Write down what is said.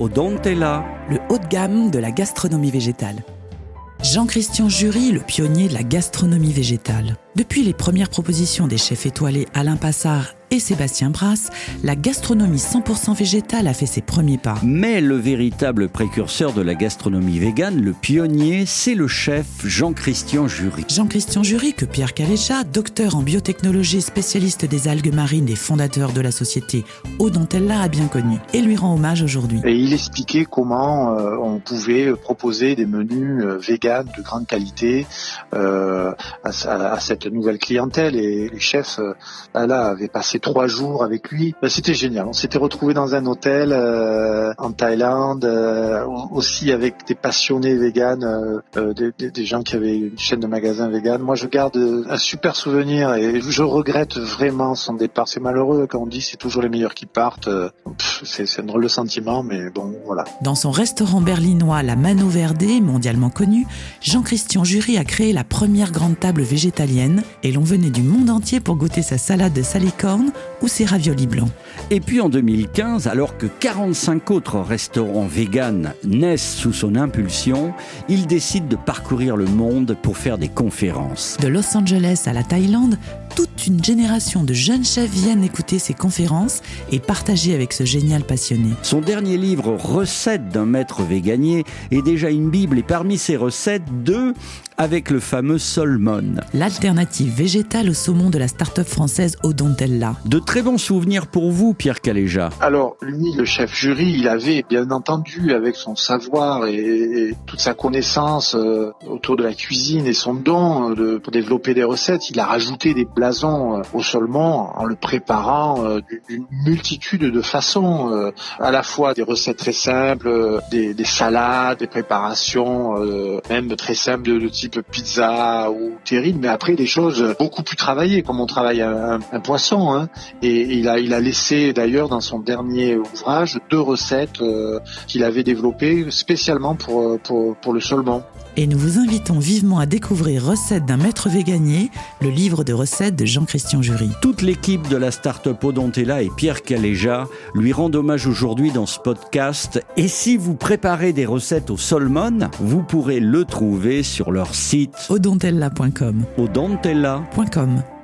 Odontella, le haut de gamme de la gastronomie végétale. Jean-Christian Jury, le pionnier de la gastronomie végétale. Depuis les premières propositions des chefs étoilés Alain Passard et Sébastien Brasse, la gastronomie 100% végétale a fait ses premiers pas. mais le véritable précurseur de la gastronomie végane, le pionnier, c'est le chef Jean-Christian Jury. Jean-Christian Jury, que Pierre Calécha, docteur en biotechnologie, spécialiste des algues marines et fondateur de la société Odontella, a bien connu et lui rend hommage aujourd'hui. Et il expliquait comment on pouvait proposer des menus véganes de grande qualité à cette nouvelle clientèle. Et les chefs avaient passé 3 jours avec lui. C'était génial. On s'était retrouvés dans un hôtel en Thaïlande, aussi avec des passionnés véganes, des gens qui avaient une chaîne de magasins véganes. Moi, je garde un super souvenir et je regrette vraiment son départ. C'est malheureux quand on dit c'est toujours les meilleurs qui partent. C'est un drôle de sentiment, mais bon, voilà. Dans son restaurant berlinois La Mano Verde, mondialement connu, Jean-Christian Jury a créé la première grande table végétalienne et l'on venait du monde entier pour goûter sa salade de salicorne ou ses raviolis blancs. Et puis en 2015, alors que 45 autres restaurants véganes naissent sous son impulsion, il décide de parcourir le monde pour faire des conférences. De Los Angeles à la Thaïlande, toute une génération de jeunes chefs viennent écouter ses conférences et partager avec ce génial passionné. Son dernier livre, Recettes d'un maître véganier, est déjà une bible et parmi ses recettes, 2 avec le fameux Salmon. L'alternative végétale au saumon de la start-up française Odontella. De très bons souvenirs pour vous, Pierre Calécha. Alors, lui, le chef Jury, il avait bien entendu, avec son savoir et toute sa connaissance autour de la cuisine et son don pour développer des recettes, il a rajouté des blasons au saumon en le préparant d'une multitude de façons, à la fois des recettes très simples, des salades, des préparations même très simples de type pizza ou terrine, mais après des choses beaucoup plus travaillées, comme on travaille un poisson. Hein. Et il a laissé d'ailleurs dans son dernier ouvrage 2 recettes qu'il avait développées spécialement pour le saumon. Et nous vous invitons vivement à découvrir Recettes d'un maître véganier, le livre de recettes de Jean-Christian Jury. Toute l'équipe de la start-up Odontella et Pierre Calécha lui rendent hommage aujourd'hui dans ce podcast. Et si vous préparez des recettes au salmon, vous pourrez le trouver sur leur site odontella.com. odontella.com.